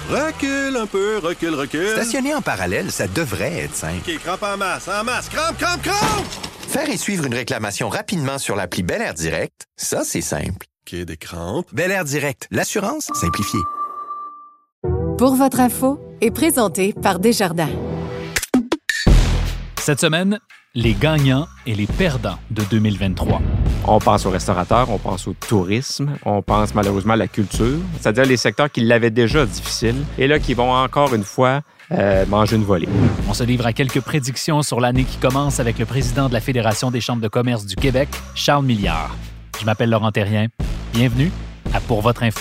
Recule un peu, recule. Stationner en parallèle, ça devrait être simple. OK, crampe en masse, crampe! Faire et suivre une réclamation rapidement sur l'appli Bel Air Direct, ça, c'est simple. OK, des crampes. Bel Air Direct, l'assurance simplifiée. Pour votre info est présenté par Desjardins. Cette semaine, les gagnants et les perdants de 2023. On pense aux restaurateurs, on pense au tourisme, on pense malheureusement à la culture, c'est-à-dire les secteurs qui l'avaient déjà difficile et là qui vont encore une fois manger une volée. On se livre à quelques prédictions sur l'année qui commence avec le président de la Fédération des chambres de commerce du Québec, Charles Milliard. Je m'appelle Laurent Terrien. Bienvenue à Pour votre info.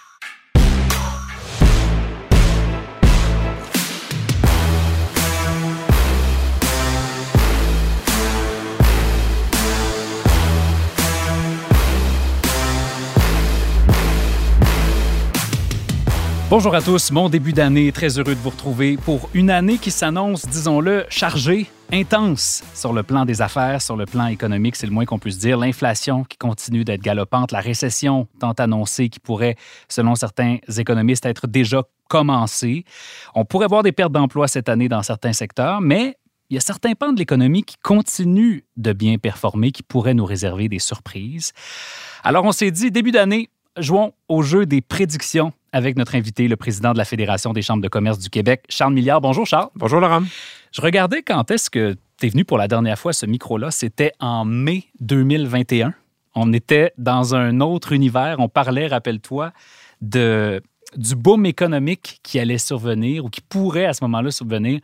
Bonjour à tous, bon début d'année, très heureux de vous retrouver pour une année qui s'annonce, disons-le, chargée, intense sur le plan des affaires, sur le plan économique, c'est le moins qu'on puisse dire. L'inflation qui continue d'être galopante, la récession tant annoncée qui pourrait, selon certains économistes, être déjà commencée. On pourrait voir des pertes d'emplois cette année dans certains secteurs, mais il y a certains pans de l'économie qui continuent de bien performer, qui pourraient nous réserver des surprises. Alors on s'est dit, début d'année, jouons au jeu des prédictions avec notre invité, le président de la Fédération des chambres de commerce du Québec, Charles Milliard. Bonjour, Charles. Bonjour, Laurent. Je regardais quand est-ce que tu es venu pour la dernière fois à ce micro-là. C'était en mai 2021. On était dans un autre univers. On parlait, rappelle-toi, du boom économique qui allait survenir ou qui pourrait à ce moment-là survenir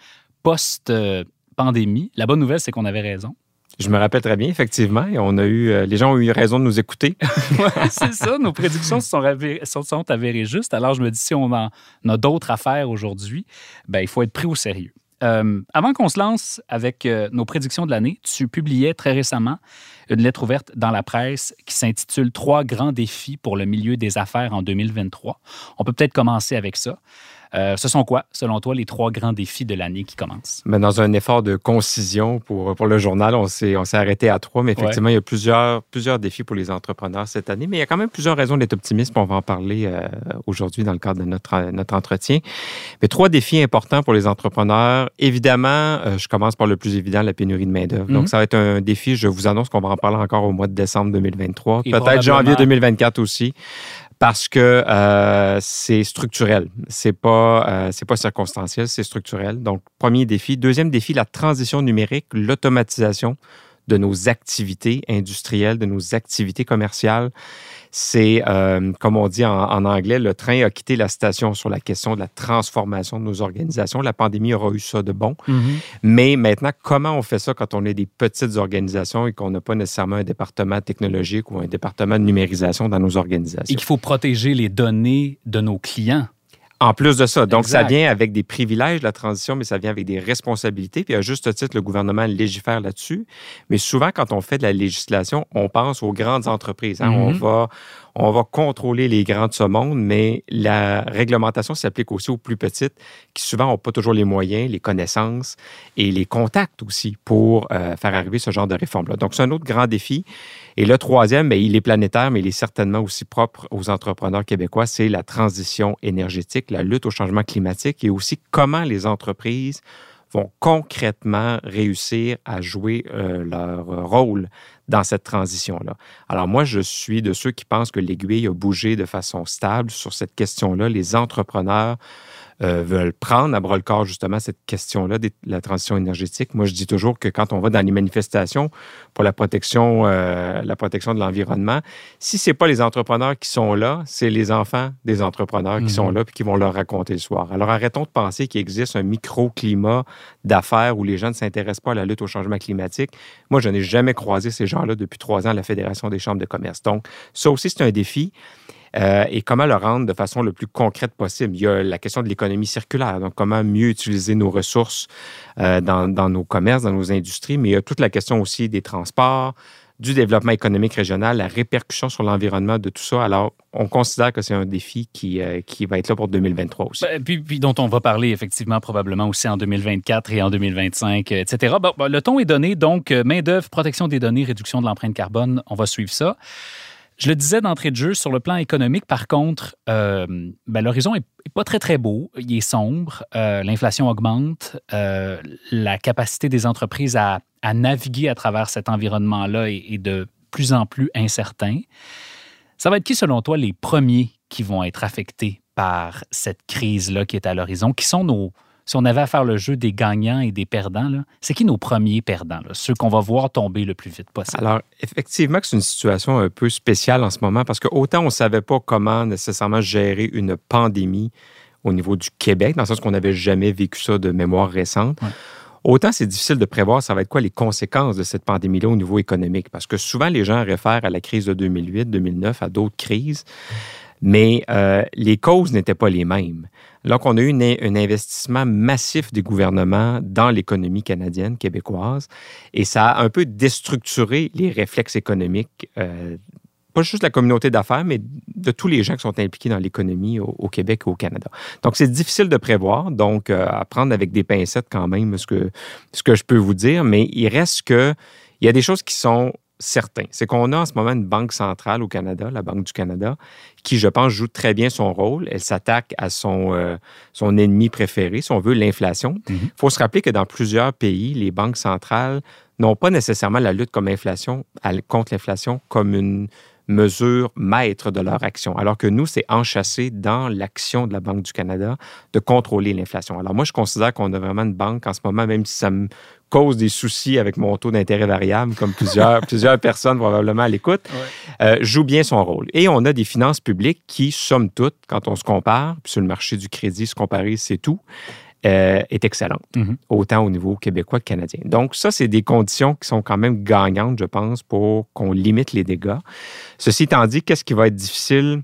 post-pandémie. La bonne nouvelle, c'est qu'on avait raison. Je me rappelle très bien, effectivement. Et les gens ont eu raison de nous écouter. Oui, c'est ça. Nos prédictions se sont avérées justes. Alors, je me dis, si on en a d'autres à faire aujourd'hui, ben, il faut être pris au sérieux. Avant qu'on se lance avec nos prédictions de l'année, tu publiais très récemment une lettre ouverte dans la presse qui s'intitule « 3 grands défis pour le milieu des affaires en 2023 ». On peut peut-être commencer avec ça. Ce sont quoi, selon toi, les 3 grands défis de l'année qui commencent? Mais dans un effort de concision pour le journal, on s'est arrêté à 3, mais effectivement, Il y a plusieurs défis pour les entrepreneurs cette année, mais il y a quand même plusieurs raisons d'être optimiste, on va en parler aujourd'hui dans le cadre de notre entretien. Mais 3 défis importants pour les entrepreneurs. Évidemment, je commence par le plus évident, la pénurie de main-d'œuvre. Donc, ça va être un défi, je vous annonce qu'on va en parler encore au mois de décembre 2023, et peut-être janvier 2024 aussi. Parce que c'est structurel. C'est pas circonstanciel, c'est structurel. Donc, premier défi. Deuxième défi, la transition numérique, l'automatisation de nos activités industrielles, de nos activités commerciales. C'est, comme on dit en anglais, le train a quitté la station sur la question de la transformation de nos organisations. La pandémie aura eu ça de bon. Mm-hmm. Mais maintenant, comment on fait ça quand on est des petites organisations et qu'on n'a pas nécessairement un département technologique ou un département de numérisation dans nos organisations? Et qu'il faut protéger les données de nos clients. En plus de ça. Donc, exact. Ça vient avec des privilèges, la transition, mais ça vient avec des responsabilités. Puis, à juste titre, le gouvernement légifère là-dessus. Mais souvent, quand on fait de la législation, on pense aux grandes entreprises. Hein? Mm-hmm. On va contrôler les grands de ce monde, mais la réglementation s'applique aussi aux plus petites qui, souvent, n'ont pas toujours les moyens, les connaissances et les contacts aussi pour faire arriver ce genre de réforme-là. Donc, c'est un autre grand défi. Et le troisième, bien, il est planétaire, mais il est certainement aussi propre aux entrepreneurs québécois, c'est la transition énergétique, la lutte au changement climatique et aussi comment les entreprises vont concrètement réussir à jouer leur rôle dans cette transition-là. Alors moi, je suis de ceux qui pensent que l'aiguille a bougé de façon stable sur cette question-là. Les entrepreneurs veulent prendre à bras-le-corps justement cette question-là de la transition énergétique. Moi, je dis toujours que quand on va dans les manifestations pour la protection de l'environnement, si ce n'est pas les entrepreneurs qui sont là, c'est les enfants des entrepreneurs qui sont là et qui vont leur raconter le soir. Alors arrêtons de penser qu'il existe un microclimat d'affaires où les gens ne s'intéressent pas à la lutte au changement climatique. Moi, je n'ai jamais croisé ces gens-là depuis 3 ans à la Fédération des chambres de commerce. Donc, ça aussi, c'est un défi. Et comment le rendre de façon le plus concrète possible. Il y a la question de l'économie circulaire, donc comment mieux utiliser nos ressources dans nos commerces, dans nos industries, mais il y a toute la question aussi des transports, du développement économique régional, la répercussion sur l'environnement de tout ça. Alors, on considère que c'est un défi qui va être là pour 2023 aussi. Puis dont on va parler effectivement probablement aussi en 2024 et en 2025, etc. Bon, le ton est donné, donc main-d'œuvre, protection des données, réduction de l'empreinte carbone, on va suivre ça. Je le disais d'entrée de jeu, sur le plan économique, par contre, l'horizon n'est pas très, très beau. Il est sombre. L'inflation augmente. La capacité des entreprises à naviguer à travers cet environnement-là est de plus en plus incertain. Ça va être qui, selon toi, les premiers qui vont être affectés par cette crise-là qui est à l'horizon, qui sont si on avait à faire le jeu des gagnants et des perdants, là, c'est qui nos premiers perdants, là, ceux qu'on va voir tomber le plus vite possible? Alors, effectivement, c'est une situation un peu spéciale en ce moment parce que autant on ne savait pas comment nécessairement gérer une pandémie au niveau du Québec, dans le sens qu'on n'avait jamais vécu ça de mémoire récente, autant c'est difficile de prévoir ça va être quoi les conséquences de cette pandémie-là au niveau économique. Parce que souvent, les gens réfèrent à la crise de 2008, 2009, à d'autres crises. Mais les causes n'étaient pas les mêmes. Donc, on a eu un investissement massif des gouvernements dans l'économie canadienne, québécoise, et ça a un peu déstructuré les réflexes économiques, pas juste de la communauté d'affaires, mais de tous les gens qui sont impliqués dans l'économie au Québec et au Canada. Donc, c'est difficile de prévoir, donc à prendre avec des pincettes quand même ce que je peux vous dire, mais il reste que il y a des choses qui sont certain. C'est qu'on a en ce moment une banque centrale au Canada, la Banque du Canada, qui, je pense, joue très bien son rôle. Elle s'attaque à son ennemi préféré, si on veut, l'inflation. Il faut se rappeler que dans plusieurs pays, les banques centrales n'ont pas nécessairement la lutte contre l'inflation comme une mesure maître de leur action, alors que nous, c'est enchâssé dans l'action de la Banque du Canada de contrôler l'inflation. Alors moi, je considère qu'on a vraiment une banque en ce moment, même si ça me cause des soucis avec mon taux d'intérêt variable, comme plusieurs personnes probablement à l'écoute, joue bien son rôle. Et on a des finances publiques qui, somme toute, quand on se compare, puis sur le marché du crédit, se comparer, c'est tout, est excellente, autant au niveau québécois que canadien. Donc, ça, c'est des conditions qui sont quand même gagnantes, je pense, pour qu'on limite les dégâts. Ceci étant dit, qu'est-ce qui va être difficile?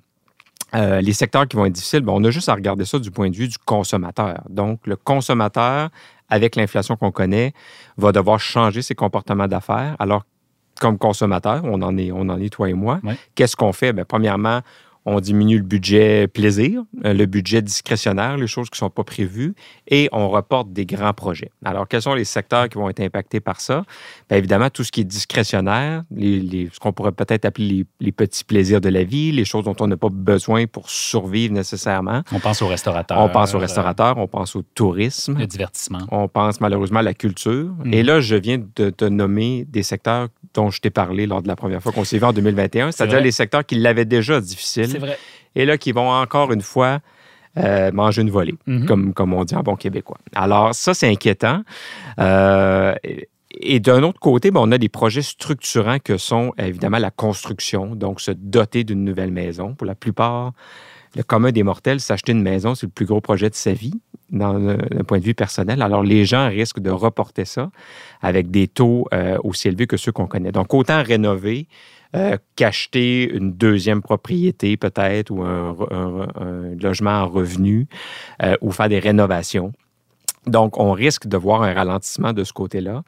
Les secteurs qui vont être difficiles, on a juste à regarder ça du point de vue du consommateur. Donc, le consommateur, avec l'inflation qu'on connaît, va devoir changer ses comportements d'affaires. Alors, comme consommateur, on en est toi et moi. Ouais. Qu'est-ce qu'on fait? Premièrement, on diminue le budget plaisir, le budget discrétionnaire, les choses qui ne sont pas prévues, et on reporte des grands projets. Alors, quels sont les secteurs qui vont être impactés par ça? Évidemment, tout ce qui est discrétionnaire, ce qu'on pourrait peut-être appeler les petits plaisirs de la vie, les choses dont on n'a pas besoin pour survivre nécessairement. On pense aux restaurateurs. On pense au tourisme. Le divertissement. On pense malheureusement à la culture. Et là, je viens de te nommer des secteurs dont je t'ai parlé lors de la première fois qu'on s'est vu en 2021, c'est-à-dire les secteurs qui l'avaient déjà difficile. C'est vrai. Et là, qui vont encore une fois manger une volée, comme on dit en bon québécois. Alors, ça, c'est inquiétant. Et d'un autre côté, on a des projets structurants que sont évidemment la construction, donc se doter d'une nouvelle maison. Pour la plupart, le commun des mortels, s'acheter une maison, c'est le plus gros projet de sa vie, d'un point de vue personnel. Alors, les gens risquent de reporter ça avec des taux aussi élevés que ceux qu'on connaît. Donc, autant rénover qu'acheter une deuxième propriété peut-être ou un logement en revenu ou faire des rénovations. Donc, on risque de voir un ralentissement de ce côté-là.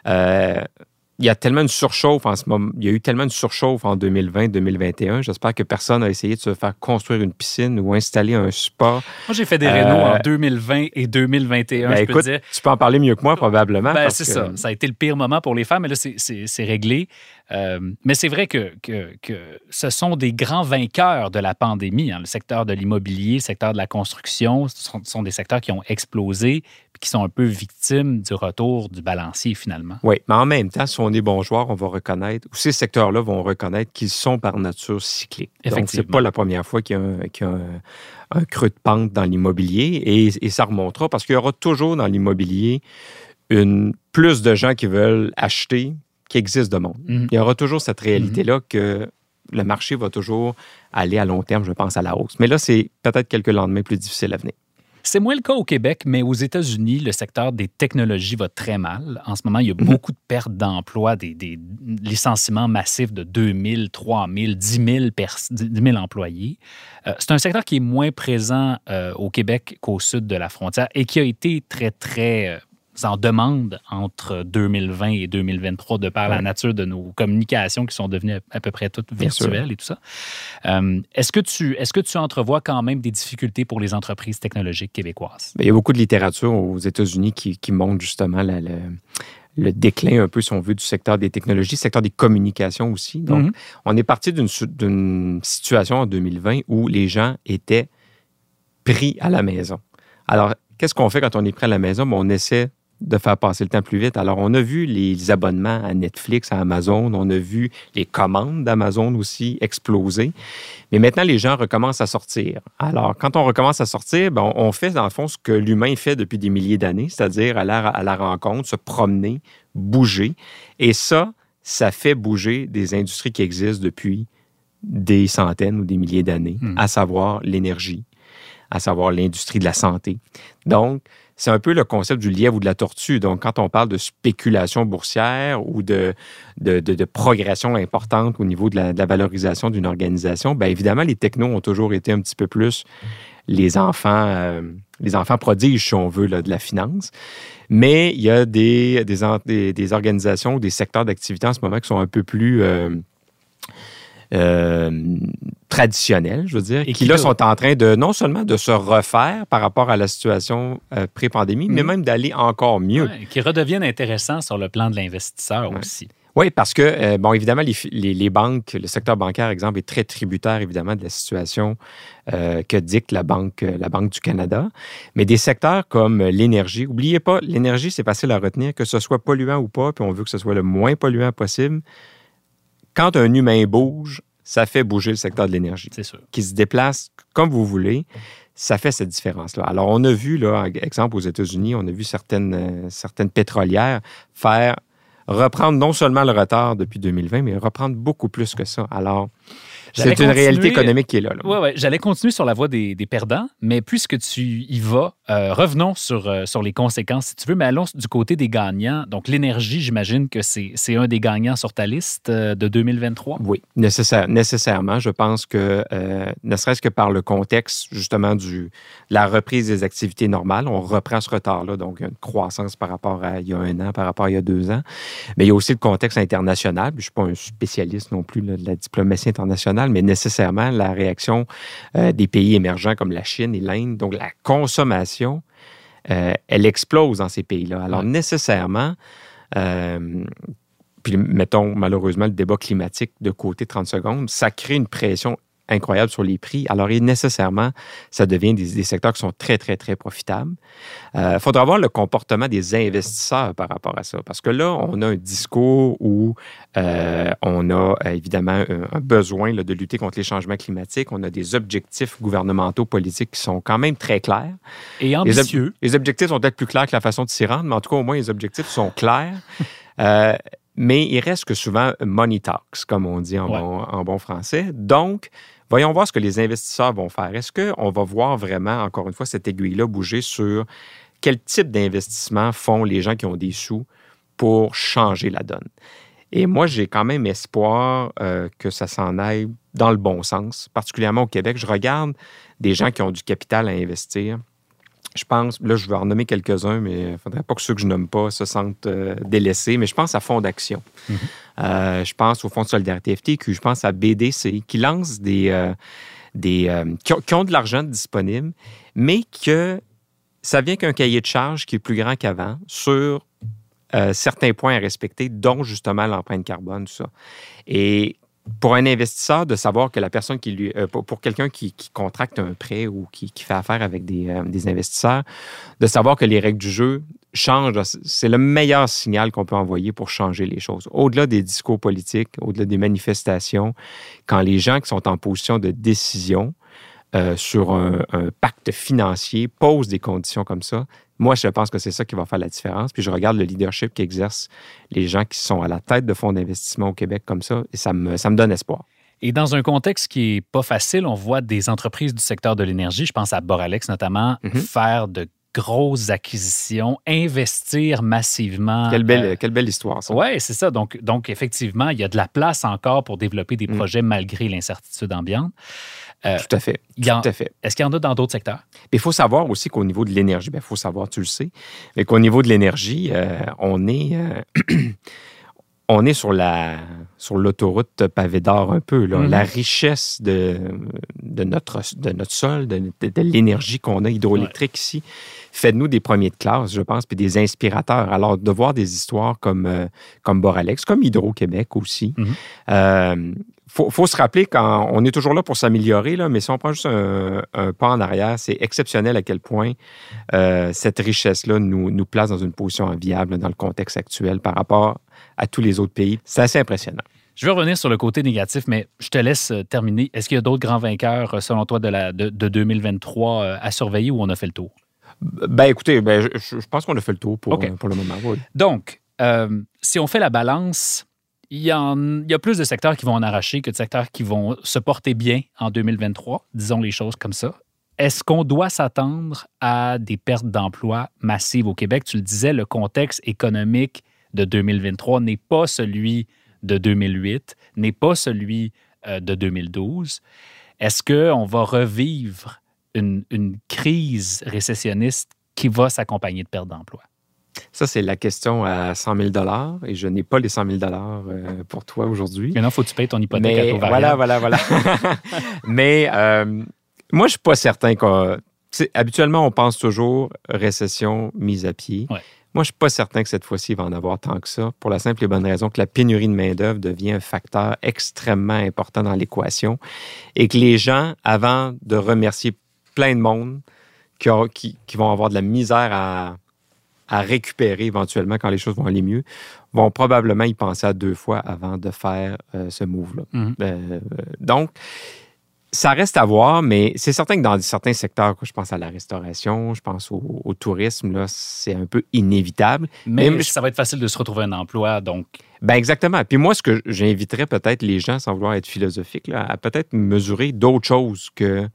Il y a tellement une surchauffe en ce moment. Il y a eu tellement une surchauffe en 2020-2021. J'espère que personne n'a essayé de se faire construire une piscine ou installer un spa. Moi, j'ai fait des rénaux en 2020 et 2021, écoute, peux dire. Tu peux en parler mieux que moi, probablement. C'est ça. Ça a été le pire moment pour les femmes, mais là, c'est réglé. Mais c'est vrai que ce sont des grands vainqueurs de la pandémie. Le secteur de l'immobilier, le secteur de la construction, ce sont des secteurs qui ont explosé et qui sont un peu victimes du retour du balancier, finalement. Oui, mais en même temps, si on est bon joueur, on va reconnaître, ou ces secteurs-là vont reconnaître qu'ils sont par nature cycliques. Donc, c'est pas la première fois qu'il y a un creux de pente dans l'immobilier et ça remontera parce qu'il y aura toujours dans l'immobilier plus de gens qui veulent acheter qu'il existe de monde. Il y aura toujours cette réalité-là que le marché va toujours aller à long terme, je pense, à la hausse. Mais là, c'est peut-être quelques lendemains plus difficiles à venir. C'est moins le cas au Québec, mais aux États-Unis, le secteur des technologies va très mal. En ce moment, il y a beaucoup de pertes d'emplois, des licenciements massifs de 2 000, 3 000, 10 000 employés. C'est un secteur qui est moins présent au Québec qu'au sud de la frontière et qui a été très, très en demande entre 2020 et 2023 de par la nature de nos communications qui sont devenues à peu près toutes virtuelles et tout ça. Est-ce que tu entrevois quand même des difficultés pour les entreprises technologiques québécoises? Il y a beaucoup de littérature aux États-Unis qui montre justement le déclin un peu, si on veut, du secteur des technologies, secteur des communications aussi. Donc, on est parti d'une situation en 2020 où les gens étaient pris à la maison. Alors, qu'est-ce qu'on fait quand on est pris à la maison? On essaie de faire passer le temps plus vite. Alors, on a vu les abonnements à Netflix, à Amazon, on a vu les commandes d'Amazon aussi exploser. Mais maintenant, les gens recommencent à sortir. Alors, quand on recommence à sortir, on fait, dans le fond, ce que l'humain fait depuis des milliers d'années, c'est-à-dire aller à la rencontre, se promener, bouger. Et ça fait bouger des industries qui existent depuis des centaines ou des milliers d'années, à savoir l'énergie, à savoir l'industrie de la santé. Donc, c'est un peu le concept du lièvre ou de la tortue. Donc, quand on parle de spéculation boursière ou de progression importante au niveau de la valorisation d'une organisation, bien évidemment, les technos ont toujours été un petit peu plus les enfants prodiges, si on veut, là, de la finance. Mais il y a des organisations ou des secteurs d'activité en ce moment qui sont un peu plus traditionnels, je veux dire, et qui là sont en train de non seulement de se refaire par rapport à la situation pré-pandémie, mais même d'aller encore mieux. Ouais, qui redeviennent intéressants sur le plan de l'investisseur aussi. Oui, parce que, évidemment, les banques, le secteur bancaire, exemple, est très tributaire, évidemment, de la situation que dicte la Banque du Canada. Mais des secteurs comme l'énergie, n'oubliez pas, l'énergie, c'est facile à retenir, que ce soit polluant ou pas, puis on veut que ce soit le moins polluant possible. Quand un humain bouge, ça fait bouger le secteur de l'énergie. C'est sûr. Qui se déplace comme vous voulez, ça fait cette différence-là. Alors, on a vu, là, exemple, aux États-Unis, on a vu certaines pétrolières reprendre non seulement le retard depuis 2020, mais reprendre beaucoup plus que ça. Alors, c'est une réalité économique qui est là. Oui, j'allais continuer sur la voie des perdants, mais puisque tu y vas, revenons sur les conséquences, si tu veux, mais allons du côté des gagnants. Donc, l'énergie, j'imagine que c'est un des gagnants sur ta liste de 2023? Oui, nécessairement. Je pense que, ne serait-ce que par le contexte, justement, de la reprise des activités normales, on reprend ce retard-là, donc il y a une croissance par rapport à il y a 1 an, par rapport à il y a 2 ans. Mais il y a aussi le contexte international. Je ne suis pas un spécialiste non plus là, de la diplomatie internationale, mais nécessairement la réaction des pays émergents comme la Chine et l'Inde. Donc, la consommation, elle explose dans ces pays-là. Alors, nécessairement, puis mettons malheureusement le débat climatique de côté 30 secondes, ça crée une pression incroyable sur les prix. Alors, nécessairement, ça devient des secteurs qui sont très, très, très profitables. Il faudra voir le comportement des investisseurs par rapport à ça. Parce que là, on a un discours où on a évidemment un besoin là, de lutter contre les changements climatiques. On a des objectifs gouvernementaux, politiques qui sont quand même très clairs. Et ambitieux. Les objectifs sont peut-être plus clairs que la façon de s'y rendre, mais en tout cas, au moins, les objectifs sont clairs. Mais il reste que souvent money talks, comme on dit en bon français. Donc, voyons voir ce que les investisseurs vont faire. Est-ce qu'on va voir vraiment, encore une fois, cette aiguille-là bouger sur quel type d'investissement font les gens qui ont des sous pour changer la donne? Et moi, j'ai quand même espoir que ça s'en aille dans le bon sens, particulièrement au Québec. Je regarde des gens qui ont du capital à investir. Je pense, là, je vais en nommer quelques-uns, mais il ne faudrait pas que ceux que je nomme pas se sentent délaissés, mais je pense à Fonds d'Action. Je pense au Fonds de solidarité FTQ, je pense à BDC, qui lancent qui ont de l'argent disponible, mais que ça vient qu'un cahier de charges qui est plus grand qu'avant sur certains points à respecter, dont justement l'empreinte carbone, tout ça. Et pour un investisseur, de savoir que la personne pour quelqu'un qui contracte un prêt ou qui fait affaire avec des investisseurs, de savoir que les règles du jeu changent, c'est le meilleur signal qu'on peut envoyer pour changer les choses. Au-delà des discours politiques, au-delà des manifestations, quand les gens qui sont en position de décision sur un pacte financier posent des conditions comme ça, moi, je pense que c'est ça qui va faire la différence. Puis je regarde le leadership qu'exercent les gens qui sont à la tête de fonds d'investissement au Québec comme ça, et ça me donne espoir. Et dans un contexte qui n'est pas facile, on voit des entreprises du secteur de l'énergie, je pense à Boralex notamment, faire de grosses acquisitions, investir massivement. Quelle belle histoire, ça. Oui, c'est ça. Donc, effectivement, il y a de la place encore pour développer des projets malgré l'incertitude ambiante. Tout à fait. Est-ce qu'il y en a dans d'autres secteurs? Il faut savoir aussi qu'au niveau de l'énergie, il faut savoir, tu le sais, mais qu'au niveau de l'énergie, on est on est sur l'autoroute pavée d'or un peu. Là. La richesse de notre sol, de l'énergie qu'on a hydroélectrique ici, fait de nous des premiers de classe, je pense, puis des inspirateurs. Alors, de voir des histoires comme Boralex, comme Hydro-Québec aussi, faut se rappeler quand on est toujours là pour s'améliorer, là, mais si on prend juste un pas en arrière, c'est exceptionnel à quel point cette richesse-là nous place dans une position enviable dans le contexte actuel par rapport à tous les autres pays. C'est assez impressionnant. Je vais revenir sur le côté négatif, mais je te laisse terminer. Est-ce qu'il y a d'autres grands vainqueurs, selon toi, de 2023 à surveiller ou on a fait le tour? Écoutez, je pense qu'on a fait le tour pour le moment. Oui. Donc, si on fait la balance, il y a plus de secteurs qui vont en arracher que de secteurs qui vont se porter bien en 2023, disons les choses comme ça. Est-ce qu'on doit s'attendre à des pertes d'emplois massives au Québec? Tu le disais, le contexte économique de 2023 n'est pas celui de 2008, n'est pas celui de 2012. Est-ce qu'on va revivre une crise récessionniste qui va s'accompagner de pertes d'emplois? Ça, c'est la question à 100 000 $ et je n'ai pas les 100 000 $ pour toi aujourd'hui. Maintenant, il faut que tu payes ton hypothèque à taux variable. Voilà. Mais moi, je ne suis pas certain habituellement, on pense toujours récession mise à pied. Ouais. Moi, je ne suis pas certain que cette fois-ci, il va en avoir tant que ça, pour la simple et bonne raison que la pénurie de main-d'œuvre devient un facteur extrêmement important dans l'équation et que les gens, avant de remercier plein de monde qui vont avoir de la misère à récupérer éventuellement quand les choses vont aller mieux, vont probablement y penser à 2 fois avant de faire ce move-là. Donc, ça reste à voir, mais c'est certain que dans certains secteurs, je pense à la restauration, je pense au tourisme, là, c'est un peu inévitable. Mais ça va être facile de se retrouver un emploi, donc... Exactement. Puis moi, ce que j'inviterais peut-être les gens, sans vouloir être philosophique, là, à peut-être mesurer d'autres choses que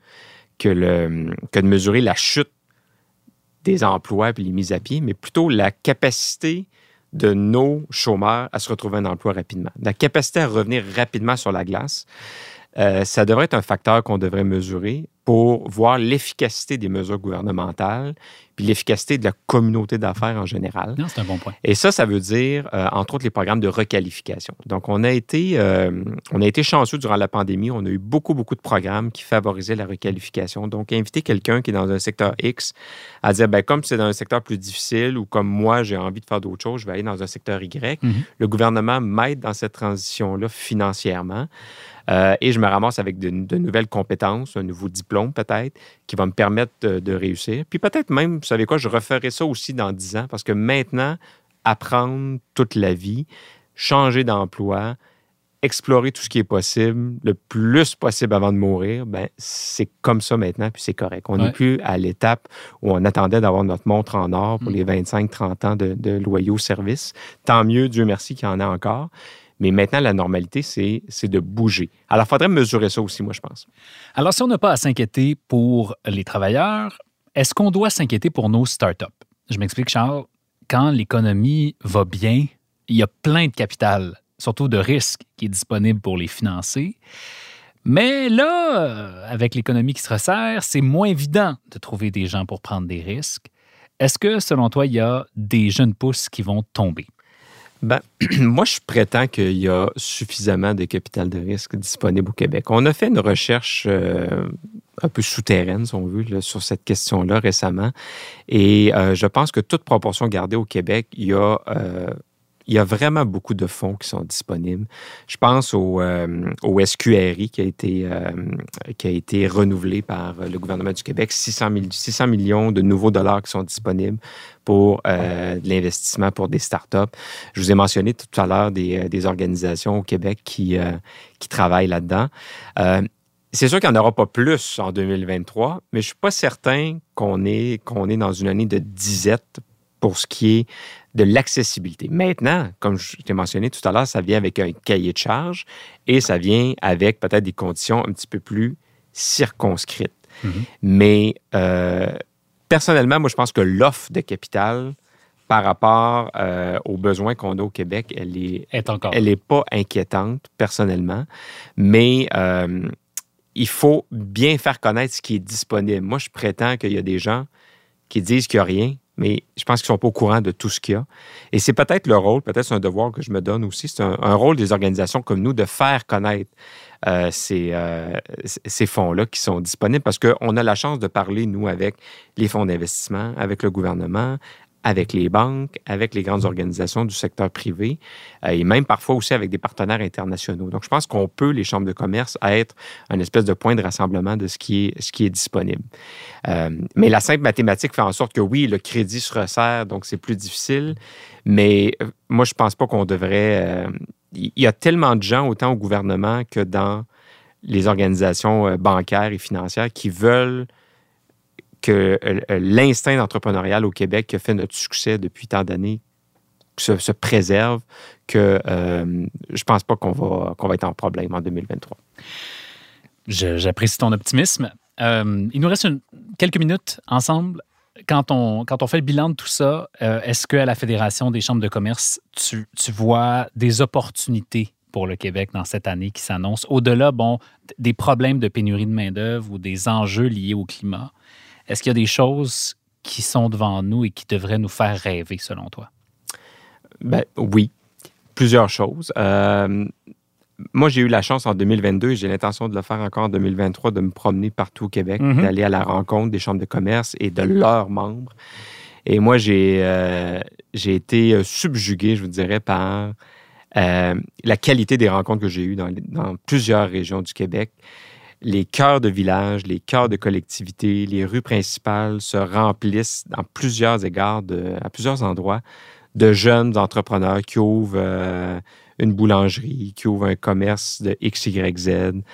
de mesurer la chute des emplois et les mises à pied, mais plutôt la capacité de nos chômeurs à se retrouver un emploi rapidement. La capacité à revenir rapidement sur la glace, ça devrait être un facteur qu'on devrait mesurer pour voir l'efficacité des mesures gouvernementales puis l'efficacité de la communauté d'affaires en général. Non, c'est un bon point. Et ça veut dire, entre autres, les programmes de requalification. Donc, on a été chanceux durant la pandémie. On a eu beaucoup de programmes qui favorisaient la requalification. Donc, inviter quelqu'un qui est dans un secteur X à dire, comme c'est dans un secteur plus difficile ou comme moi, j'ai envie de faire d'autres choses, je vais aller dans un secteur Y. Le gouvernement m'aide dans cette transition-là financièrement. Et je me ramasse avec de nouvelles compétences, un nouveau diplôme peut-être, qui va me permettre de réussir. Puis peut-être même, vous savez quoi, je referai ça aussi dans 10 ans, parce que maintenant, apprendre toute la vie, changer d'emploi, explorer tout ce qui est possible, le plus possible avant de mourir, c'est comme ça maintenant, puis c'est correct. On n'est plus à l'étape où on attendait d'avoir notre montre en or pour les 25-30 ans de loyaux services. Tant mieux, Dieu merci qu'il y en a encore. Mais maintenant, la normalité, c'est de bouger. Alors, il faudrait mesurer ça aussi, moi, je pense. Alors, si on n'a pas à s'inquiéter pour les travailleurs, est-ce qu'on doit s'inquiéter pour nos startups? Je m'explique, Charles. Quand l'économie va bien, il y a plein de capital, surtout de risque, qui est disponible pour les financer. Mais là, avec l'économie qui se resserre, c'est moins évident de trouver des gens pour prendre des risques. Est-ce que, selon toi, il y a des jeunes pousses qui vont tomber? Moi, je prétends qu'il y a suffisamment de capital de risque disponible au Québec. On a fait une recherche un peu souterraine, si on veut, là, sur cette question-là récemment. Et je pense que toute proportion gardée au Québec, il y a vraiment beaucoup de fonds qui sont disponibles. Je pense au SQRI qui a été renouvelé par le gouvernement du Québec, 600 millions de nouveaux dollars qui sont disponibles pour de l'investissement pour des startups. Je vous ai mentionné tout à l'heure des organisations au Québec qui travaillent là-dedans. C'est sûr qu'il n'y en aura pas plus en 2023, mais je ne suis pas certain qu'on est dans une année de disette pour ce qui est de l'accessibilité. Maintenant, comme je t'ai mentionné tout à l'heure, ça vient avec un cahier de charge et ça vient avec peut-être des conditions un petit peu plus circonscrites. Mais personnellement, moi, je pense que l'offre de capital par rapport aux besoins qu'on a au Québec, elle est pas inquiétante, personnellement. Mais il faut bien faire connaître ce qui est disponible. Moi, je prétends qu'il y a des gens qui disent qu'il n'y a rien, mais je pense qu'ils ne sont pas au courant de tout ce qu'il y a. Et c'est peut-être le rôle, peut-être c'est un devoir que je me donne aussi, c'est un rôle des organisations comme nous de faire connaître ces fonds-là qui sont disponibles parce qu'on a la chance de parler, nous, avec les fonds d'investissement, avec le gouvernement, avec les banques, avec les grandes organisations du secteur privé et même parfois aussi avec des partenaires internationaux. Donc, je pense qu'on peut, les chambres de commerce, être un espèce de point de rassemblement de ce qui est disponible. Mais la simple mathématique fait en sorte que oui, le crédit se resserre, donc c'est plus difficile, mais moi, je ne pense pas qu'on devrait... il y a tellement de gens, autant au gouvernement que dans les organisations bancaires et financières, qui veulent que l'instinct entrepreneurial au Québec qui a fait notre succès depuis tant d'années se préserve, que je pense pas qu'on va être en problème en 2023. J'apprécie ton optimisme. Il nous reste quelques minutes ensemble. Quand on fait le bilan de tout ça, est-ce qu'à la Fédération des chambres de commerce, tu vois des opportunités pour le Québec dans cette année qui s'annonce, au-delà des problèmes de pénurie de main-d'œuvre ou des enjeux liés au climat? Est-ce qu'il y a des choses qui sont devant nous et qui devraient nous faire rêver, selon toi? Ben, oui, plusieurs choses. Moi, j'ai eu la chance en 2022, et j'ai l'intention de le faire encore en 2023, de me promener partout au Québec, d'aller à la rencontre des chambres de commerce et de leurs membres. Et moi, j'ai été subjugué, je vous dirais, par la qualité des rencontres que j'ai eues dans plusieurs régions du Québec. Les cœurs de village, les cœurs de collectivités, les rues principales se remplissent dans plusieurs égards, à plusieurs endroits, de jeunes entrepreneurs qui ouvrent une boulangerie, qui ouvrent un commerce de X, Y, Z.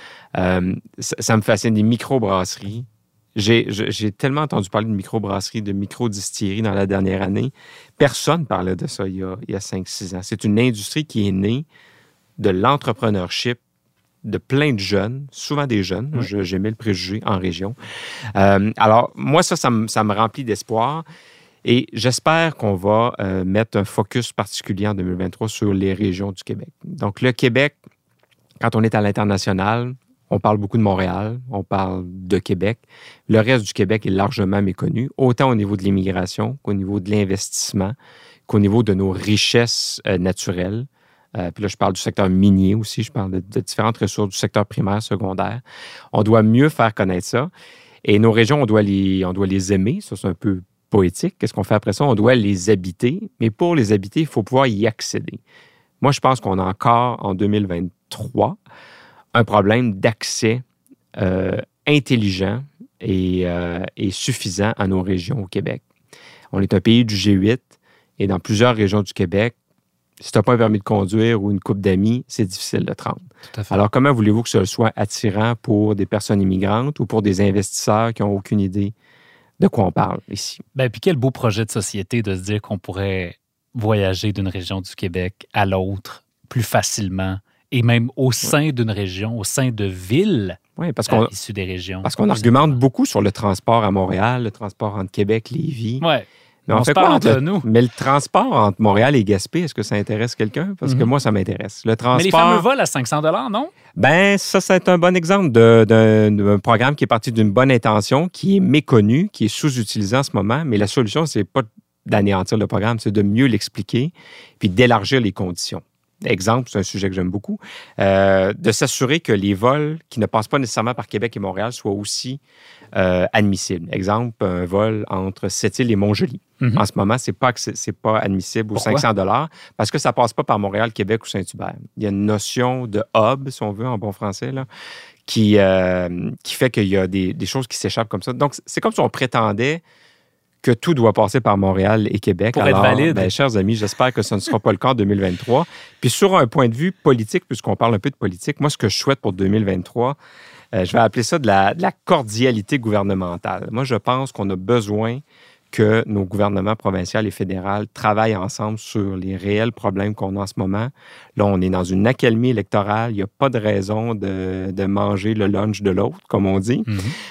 Ça me fascine, des microbrasseries. J'ai tellement entendu parler de microbrasseries, de microdistilleries dans la dernière année. Personne ne parlait de ça il y a 5-6 ans. C'est une industrie qui est née de l'entrepreneurship de plein de jeunes, souvent des jeunes, oui. J'ai mis le préjugé en région. Alors, moi, ça me remplit d'espoir et j'espère qu'on va mettre un focus particulier en 2023 sur les régions du Québec. Donc, le Québec, quand on est à l'international, on parle beaucoup de Montréal, on parle de Québec. Le reste du Québec est largement méconnu, autant au niveau de l'immigration qu'au niveau de l'investissement, qu'au niveau de nos richesses naturelles. Puis là, je parle du secteur minier aussi, je parle de différentes ressources du secteur primaire, secondaire. On doit mieux faire connaître ça. Et nos régions, on doit les aimer. Ça, c'est un peu poétique. Qu'est-ce qu'on fait après ça? On doit les habiter. Mais pour les habiter, il faut pouvoir y accéder. Moi, je pense qu'on a encore, en 2023, un problème d'accès intelligent et suffisant à nos régions au Québec. On est un pays du G8 et dans plusieurs régions du Québec, si tu n'as pas un permis de conduire ou une couple d'amis, c'est difficile de te rendre. Tout à fait. Alors, comment voulez-vous que ce soit attirant pour des personnes immigrantes ou pour des investisseurs qui n'ont aucune idée de quoi on parle ici? Bien, puis quel beau projet de société de se dire qu'on pourrait voyager d'une région du Québec à l'autre plus facilement et même au sein d'une région, au sein de villes issues des régions. Parce qu'on argumente beaucoup sur le transport à Montréal, le transport entre Québec et Lévis. Oui. Mais on fait quoi entre nous? Mais le transport entre Montréal et Gaspé, est-ce que ça intéresse quelqu'un? Parce que moi, ça m'intéresse. Le transport... Mais les fameux vols à 500 $, non? Ben ça, c'est un bon exemple d'un programme qui est parti d'une bonne intention, qui est méconnu, qui est sous-utilisé en ce moment. Mais la solution, c'est pas d'anéantir le programme, c'est de mieux l'expliquer puis d'élargir les conditions. Exemple, c'est un sujet que j'aime beaucoup, de s'assurer que les vols qui ne passent pas nécessairement par Québec et Montréal soient aussi admissibles. Exemple, un vol entre Sept-Îles et Montjoly. En ce moment, c'est pas admissible aux 500 $ parce que ça passe pas par Montréal, Québec ou Saint-Hubert. Il y a une notion de hub, si on veut, en bon français, là, qui fait qu'il y a des choses qui s'échappent comme ça. Donc, c'est comme si on prétendait que tout doit passer par Montréal et Québec. Pour être valide. Ben, chers amis, j'espère que ce ne sera pas le cas en 2023. Puis sur un point de vue politique, puisqu'on parle un peu de politique, moi, ce que je souhaite pour 2023, je vais appeler ça de la cordialité gouvernementale. Moi, je pense qu'on a besoin que nos gouvernements provinciaux et fédéraux travaillent ensemble sur les réels problèmes qu'on a en ce moment. Là, on est dans une accalmie électorale. Il n'y a pas de raison de manger le lunch de l'autre, comme on dit.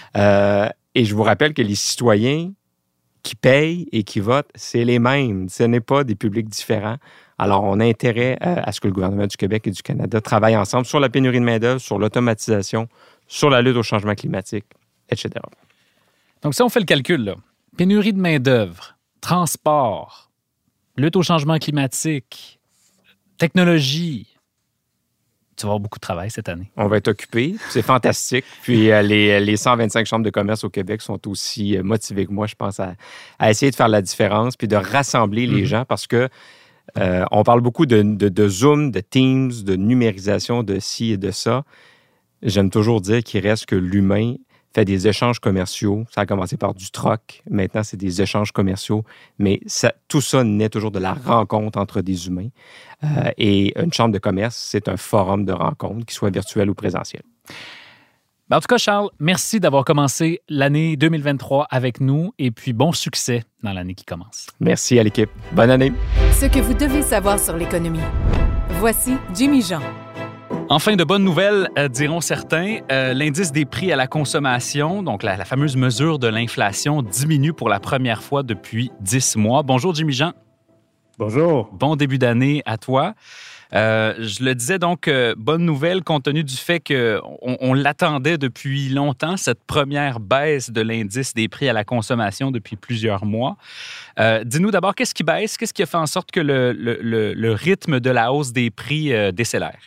Et je vous rappelle que les citoyens qui payent et qui votent, c'est les mêmes. Ce n'est pas des publics différents. Alors, on a intérêt à ce que le gouvernement du Québec et du Canada travaillent ensemble sur la pénurie de main-d'œuvre, sur l'automatisation, sur la lutte au changement climatique, etc. Donc, si on fait le calcul, là, pénurie de main-d'œuvre, transport, lutte au changement climatique, technologie. Tu vas avoir beaucoup de travail cette année. On va être occupés. C'est fantastique. Puis les 125 chambres de commerce au Québec sont aussi motivées que moi, je pense, à essayer de faire la différence puis de rassembler les gens parce que on parle beaucoup de Zoom, de Teams, de numérisation, de ci et de ça. J'aime toujours dire qu'il reste que l'humain fait des échanges commerciaux. Ça a commencé par du troc. Maintenant, c'est des échanges commerciaux. Mais tout ça naît toujours de la rencontre entre des humains. Et une chambre de commerce, c'est un forum de rencontre, qu'il soit virtuel ou présentiel. En tout cas, Charles, merci d'avoir commencé l'année 2023 avec nous et puis bon succès dans l'année qui commence. Merci à l'équipe. Bonne année. Ce que vous devez savoir sur l'économie. Voici Jimmy Jean. Enfin, de bonnes nouvelles, diront certains. L'indice des prix à la consommation, donc la fameuse mesure de l'inflation, diminue pour la première fois depuis 10 mois. Bonjour, Jimmy Jean. Bonjour. Bon début d'année à toi. Je le disais donc, bonne nouvelle compte tenu du fait qu'on l'attendait depuis longtemps, cette première baisse de l'indice des prix à la consommation depuis plusieurs mois. Dis-nous d'abord, qu'est-ce qui baisse? Qu'est-ce qui a fait en sorte que le rythme de la hausse des prix décélère?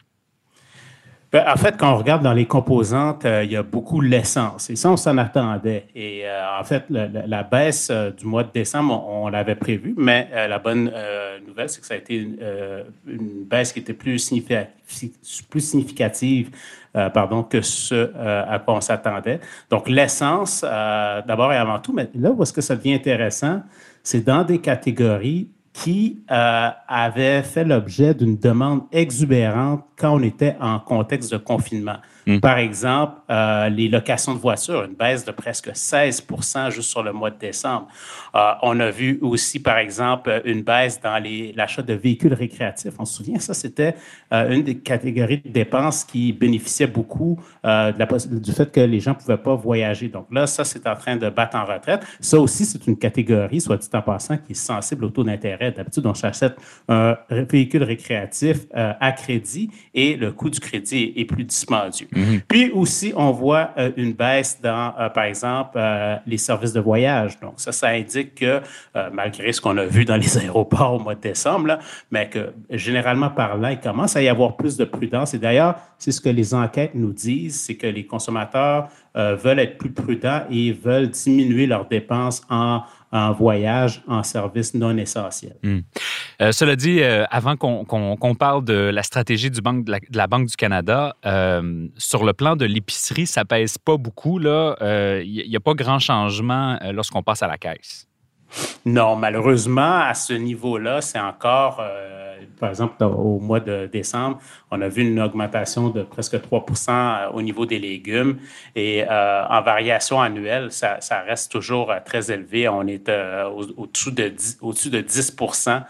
En fait, quand on regarde dans les composantes, il y a beaucoup l'essence. Et ça, on s'en attendait. Et en fait, la baisse du mois de décembre, on l'avait prévu, mais la bonne nouvelle, c'est que ça a été une baisse qui était plus significative que ce à quoi on s'attendait. Donc, l'essence, d'abord et avant tout, mais là où est-ce que ça devient intéressant, c'est dans des catégories qui avaient fait l'objet d'une demande exubérante quand on était en contexte de confinement. Par exemple, les locations de voitures, une baisse de presque 16 % juste sur le mois de décembre. On a vu aussi, par exemple, une baisse dans l'achat de véhicules récréatifs. On se souvient, ça, c'était une des catégories de dépenses qui bénéficiait beaucoup du fait que les gens ne pouvaient pas voyager. Donc là, ça, c'est en train de battre en retraite. Ça aussi, c'est une catégorie, soit dit en passant, qui est sensible au taux d'intérêt. D'habitude, on s'achète un véhicule récréatif à crédit et le coût du crédit est plus dispendieux. Puis aussi, on voit une baisse dans, par exemple, les services de voyage. Donc, ça indique que, malgré ce qu'on a vu dans les aéroports au mois de décembre, là, mais que généralement parlant, il commence à y avoir plus de prudence. Et d'ailleurs, c'est ce que les enquêtes nous disent, c'est que les consommateurs veulent être plus prudents et veulent diminuer leurs dépenses en voyage, en services non essentiels. Cela dit, avant qu'on parle de la stratégie de la Banque du Canada, sur le plan de l'épicerie, ça pèse pas beaucoup. Il n'y a pas grand changement lorsqu'on passe à la caisse. Non, malheureusement, à ce niveau-là, c'est encore, par exemple, au mois de décembre, on a vu une augmentation de presque 3 % au niveau des légumes. Et en variation annuelle, ça reste toujours très élevé. On est au-dessus de 10 %.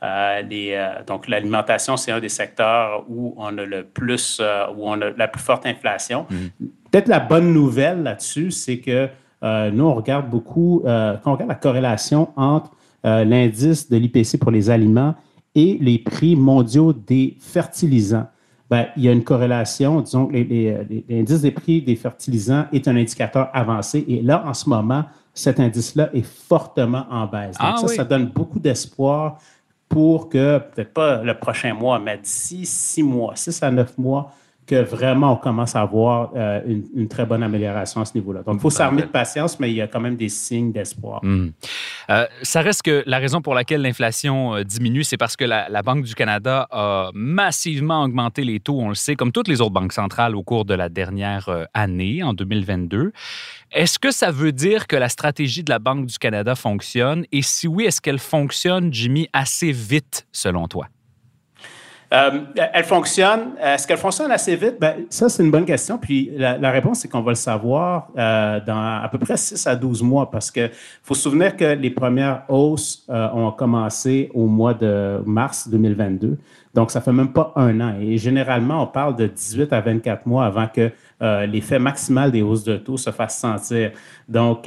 Donc, l'alimentation, c'est un des secteurs où on a où on a la plus forte inflation. Peut-être la bonne nouvelle là-dessus, c'est que nous, on regarde beaucoup, quand on regarde la corrélation entre l'indice de l'IPC pour les aliments et les prix mondiaux des fertilisants. Il y a une corrélation, disons, l'indice des prix des fertilisants est un indicateur avancé et là, en ce moment, cet indice-là est fortement en baisse. Donc ça donne beaucoup d'espoir pour que, peut-être pas le prochain mois, mais d'ici 6 à 9 mois, que vraiment on commence à avoir une très bonne amélioration à ce niveau-là. Donc, il faut s'armer de patience, mais il y a quand même des signes d'espoir. Ça reste que la raison pour laquelle l'inflation diminue, c'est parce que la Banque du Canada a massivement augmenté les taux, on le sait, comme toutes les autres banques centrales au cours de la dernière année, en 2022. Est-ce que ça veut dire que la stratégie de la Banque du Canada fonctionne? Et si oui, est-ce qu'elle fonctionne, Jimmy, assez vite, selon toi? Elle fonctionne. Est-ce qu'elle fonctionne assez vite? Ça, c'est une bonne question. Puis la réponse, c'est qu'on va le savoir dans à peu près 6 à 12 mois parce qu'il faut se souvenir que les premières hausses ont commencé au mois de mars 2022. Donc, ça fait même pas un an. Et généralement, on parle de 18 à 24 mois avant que l'effet maximal des hausses de taux se fasse sentir. Donc,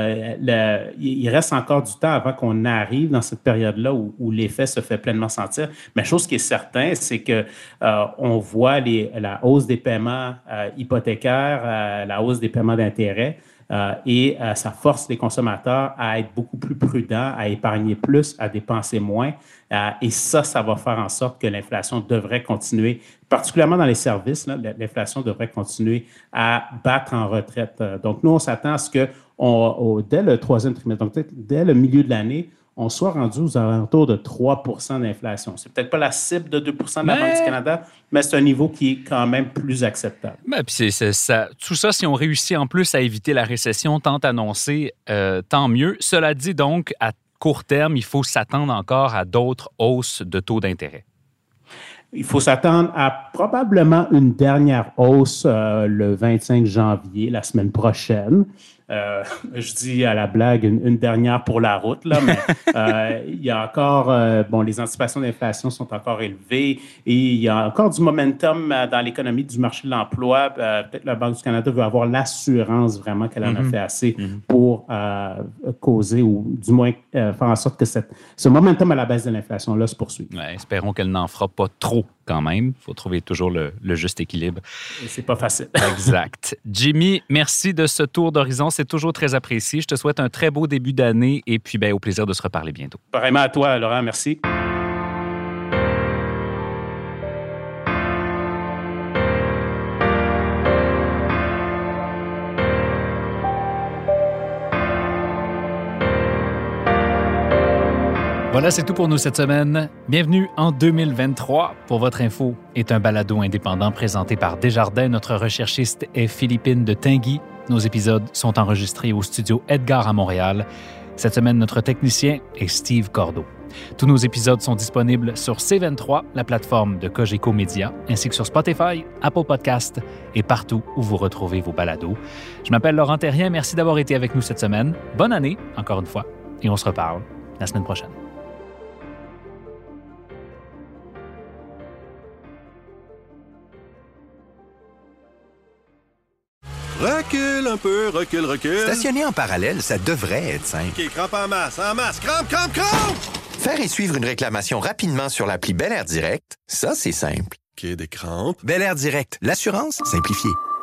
il reste encore du temps avant qu'on arrive dans cette période-là où l'effet se fait pleinement sentir. Mais chose qui est certaine, c'est que on voit la hausse des paiements hypothécaires, la hausse des paiements d'intérêt. et ça force les consommateurs à être beaucoup plus prudents, à épargner plus, à dépenser moins. Et ça va faire en sorte que l'inflation devrait continuer, particulièrement dans les services, là, l'inflation devrait continuer à battre en retraite. Donc, nous, on s'attend à ce que dès le troisième trimestre, donc dès le milieu de l'année, on soit rendu aux alentours de 3 % d'inflation. C'est peut-être pas la cible de 2 % de la Banque du Canada, mais c'est un niveau qui est quand même plus acceptable. Puis tout ça, si on réussit en plus à éviter la récession tant annoncée, tant mieux. Cela dit donc, à court terme, il faut s'attendre encore à d'autres hausses de taux d'intérêt. Il faut s'attendre à probablement une dernière hausse le 25 janvier, la semaine prochaine. Je dis à la blague une dernière pour la route, là, mais il y a encore, les anticipations d'inflation sont encore élevées et il y a encore du momentum dans l'économie du marché de l'emploi. Peut-être la Banque du Canada veut avoir l'assurance vraiment qu'elle en a fait assez pour causer ou du moins faire en sorte que ce momentum à la baisse de l'inflation-là se poursuive. Ouais, espérons qu'elle n'en fera pas trop quand même. Il faut trouver toujours le juste équilibre. Et c'est pas facile. Exact. Jimmy, merci de ce tour d'horizon. C'est toujours très apprécié. Je te souhaite un très beau début d'année et puis au plaisir de se reparler bientôt. Pareillement à toi, Laurent. Merci. Voilà, c'est tout pour nous cette semaine. Bienvenue en 2023. Pour votre info, est un balado indépendant présenté par Desjardins. Notre recherchiste est Philippine de Tinguy. Nos épisodes sont enregistrés au studio Edgar à Montréal. Cette semaine, notre technicien est Steve Cordeau. Tous nos épisodes sont disponibles sur C23, la plateforme de Cogeco Média, ainsi que sur Spotify, Apple Podcasts et partout où vous retrouvez vos balados. Je m'appelle Laurent Terrien. Merci d'avoir été avec nous cette semaine. Bonne année, encore une fois, et on se reparle la semaine prochaine. Recule un peu, recule. Stationner en parallèle, ça devrait être simple. OK, crampe en masse, crampe! Faire et suivre une réclamation rapidement sur l'appli Bel Air Direct, ça, c'est simple. OK, des crampes. Bel Air Direct, l'assurance simplifiée.